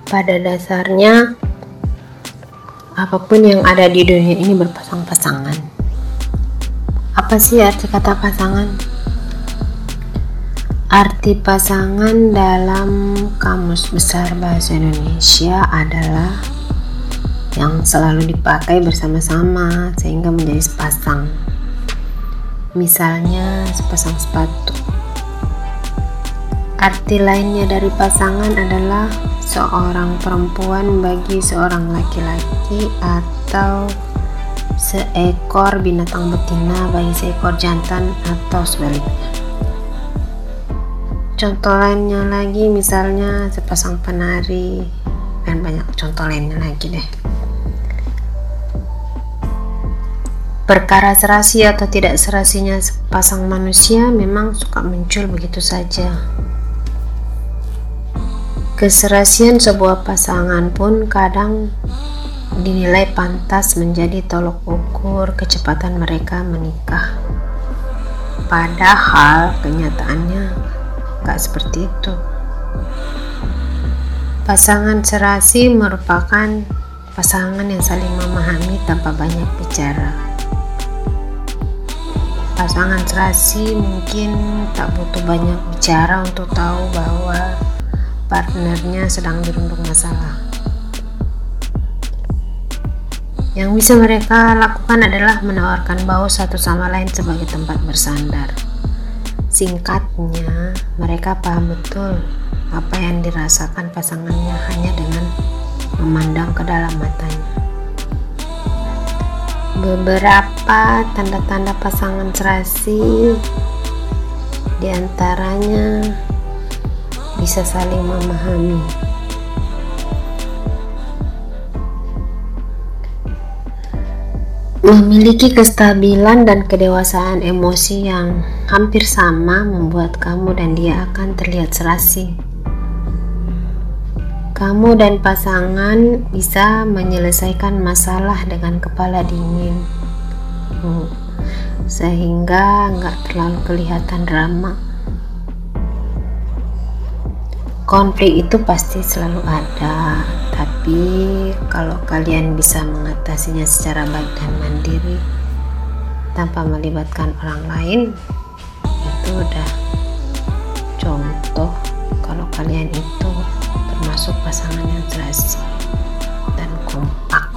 Pada dasarnya, apapun yang ada di dunia ini berpasang-pasangan. Apa sih arti kata pasangan? Arti pasangan dalam Kamus Besar Bahasa Indonesia adalah yang selalu dipakai bersama-sama sehingga menjadi sepasang. Misalnya sepasang sepatu. Arti lainnya dari pasangan adalah seorang perempuan bagi seorang laki-laki atau seekor binatang betina bagi seekor jantan atau sebaliknya. Contoh lainnya lagi misalnya sepasang penari dan banyak contoh lainnya lagi deh. Perkara serasi atau tidak serasinya sepasang manusia memang suka muncul begitu saja. Keserasian sebuah pasangan pun kadang dinilai pantas menjadi tolok ukur kecepatan mereka menikah. Padahal kenyataannya gak seperti itu. Pasangan serasi merupakan pasangan yang saling memahami tanpa banyak bicara. Pasangan serasi mungkin tak butuh banyak bicara untuk tahu bahwa partnernya sedang dirundung masalah. Yang bisa mereka lakukan adalah menawarkan bahu satu sama lain sebagai tempat bersandar. Singkatnya, mereka paham betul apa yang dirasakan pasangannya hanya dengan memandang ke dalam matanya. Beberapa tanda-tanda pasangan serasi diantaranya bisa saling memahami. Memiliki kestabilan dan kedewasaan emosi yang hampir sama membuat kamu dan dia akan terlihat serasi. Kamu dan pasangan bisa menyelesaikan masalah dengan kepala dingin, sehingga nggak terlalu kelihatan drama. Konflik itu pasti selalu ada, tapi kalau kalian bisa mengatasinya secara baik dan mandiri tanpa melibatkan orang lain, itu udah contoh kalau kalian itu termasuk pasangan yang serasi dan kompak.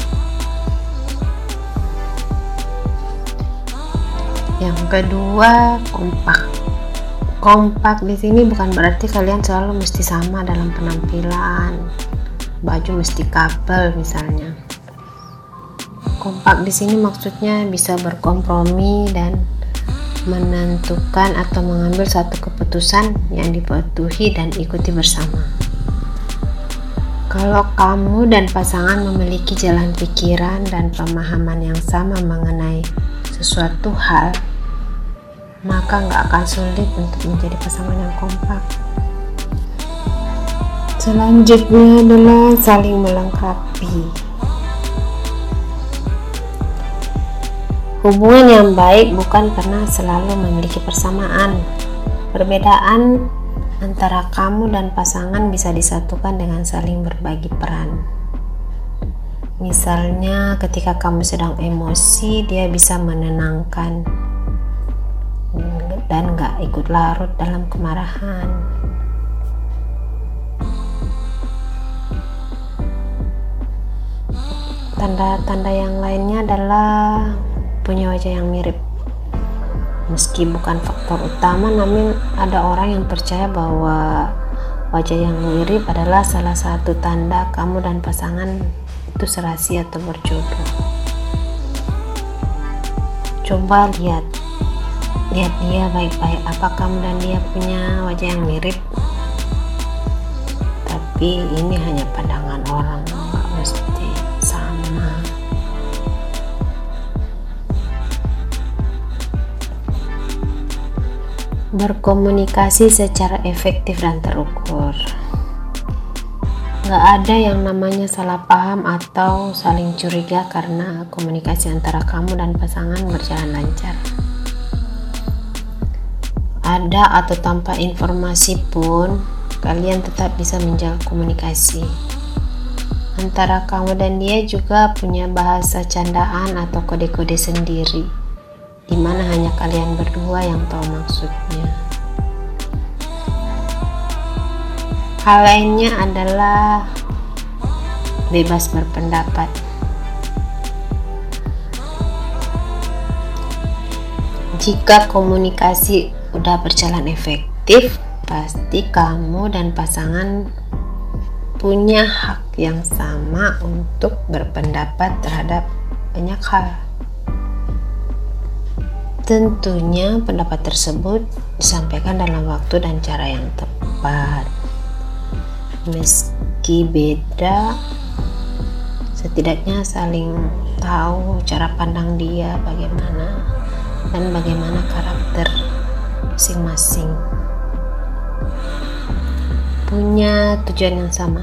Yang kedua, kompak. Kompak di sini bukan berarti kalian selalu mesti sama dalam penampilan, baju mesti couple misalnya. Kompak di sini maksudnya bisa berkompromi dan menentukan atau mengambil satu keputusan yang dipatuhi dan ikuti bersama. Kalau kamu dan pasangan memiliki jalan pikiran dan pemahaman yang sama mengenai sesuatu hal, maka nggak akan sulit untuk menjadi pasangan yang kompak. Selanjutnya adalah saling melengkapi. Hubungan yang baik bukan karena selalu memiliki persamaan. Perbedaan antara kamu dan pasangan bisa disatukan dengan saling berbagi peran. Misalnya ketika kamu sedang emosi, dia bisa menenangkan dan gak ikut larut dalam kemarahan. Tanda-tanda yang lainnya adalah punya wajah yang mirip. Meski bukan faktor utama, namun ada orang yang percaya bahwa wajah yang mirip adalah salah satu tanda kamu dan pasangan itu serasi atau berjodoh. Coba lihat dia baik-baik. Apa kamu dan dia punya wajah yang mirip? Tapi ini hanya pandangan orang, nggak mesti sama. Berkomunikasi secara efektif dan terukur. Nggak ada yang namanya salah paham atau saling curiga karena komunikasi antara kamu dan pasangan berjalan lancar. Ada atau tanpa informasi pun, kalian tetap bisa menjaga komunikasi. Antara kamu dan dia juga punya bahasa candaan atau kode-kode sendiri, di mana hanya kalian berdua yang tahu maksudnya. Hal lainnya adalah bebas berpendapat. Jika komunikasi udah berjalan efektif, pasti kamu dan pasangan punya hak yang sama untuk berpendapat terhadap banyak hal. Tentunya pendapat tersebut disampaikan dalam waktu dan cara yang tepat. Meski beda, setidaknya saling tahu cara pandang dia bagaimana dan bagaimana karakter masing-masing. Punya tujuan yang sama.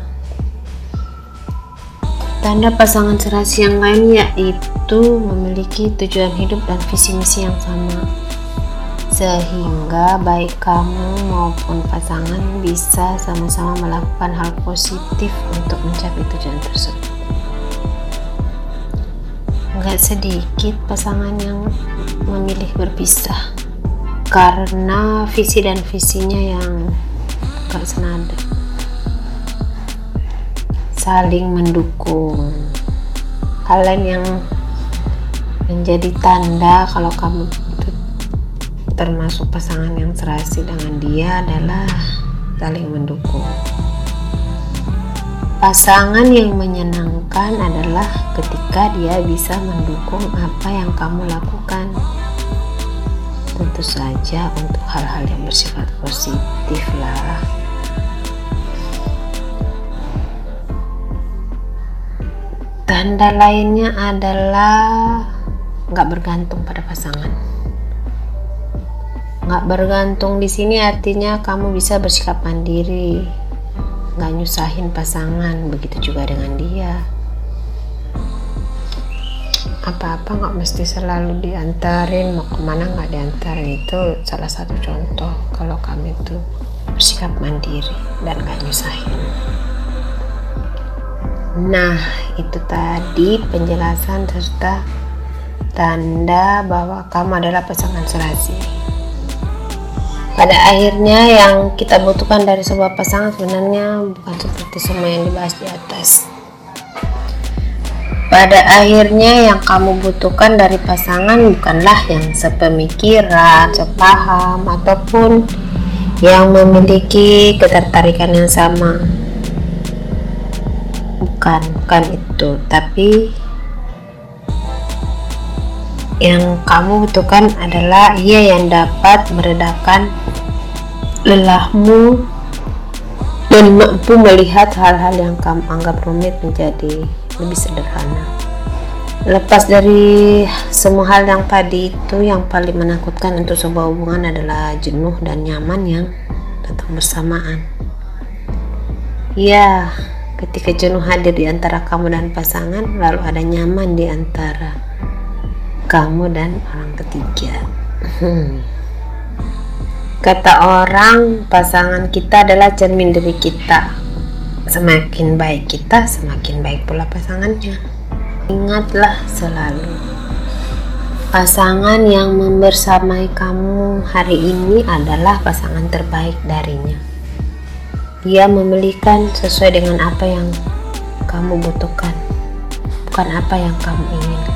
Tanda pasangan serasi yang lain yaitu memiliki tujuan hidup dan visi misi yang sama, sehingga baik kamu maupun pasangan bisa sama-sama melakukan hal positif untuk mencapai tujuan tersebut. Gak sedikit pasangan yang memilih berpisah karena visi dan visinya yang gak senada. Saling mendukung. Hal lain yang menjadi tanda kalau kamu itu termasuk pasangan yang serasi dengan dia adalah saling mendukung. Pasangan yang menyenangkan adalah ketika dia bisa mendukung apa yang kamu lakukan. Tentu saja untuk hal-hal yang bersifat positif lah. Tanda lainnya adalah nggak bergantung pada pasangan. Nggak bergantung di sini artinya kamu bisa bersikap mandiri, nggak nyusahin pasangan, begitu juga dengan dia. Apa-apa nggak mesti selalu diantarin, mau kemana nggak diantarin, itu salah satu contoh kalau kamu itu bersikap mandiri dan nggak nyusahin. Nah, itu tadi penjelasan serta tanda bahwa kamu adalah pasangan serasi. Pada akhirnya yang kita butuhkan dari sebuah pasangan sebenarnya bukan seperti semua yang dibahas di atas. Pada akhirnya yang kamu butuhkan dari pasangan bukanlah yang sepemikiran, sepaham, ataupun yang memiliki ketertarikan yang sama. Bukan itu, tapi yang kamu butuhkan adalah ia yang dapat meredakan lelahmu dan mampu melihat hal-hal yang kamu anggap rumit menjadi lebih sederhana. Lepas dari semua hal yang tadi itu, yang paling menakutkan untuk sebuah hubungan adalah jenuh dan nyaman yang datang bersamaan. Ya, ketika jenuh hadir di antara kamu dan pasangan, lalu ada nyaman di antara kamu dan orang ketiga. Kata orang, pasangan kita adalah cermin diri kita. Semakin baik kita, semakin baik pula pasangannya. Ingatlah selalu, pasangan yang membersamai kamu hari ini adalah pasangan terbaik darinya. Dia memilihkan sesuai dengan apa yang kamu butuhkan, bukan apa yang kamu inginkan.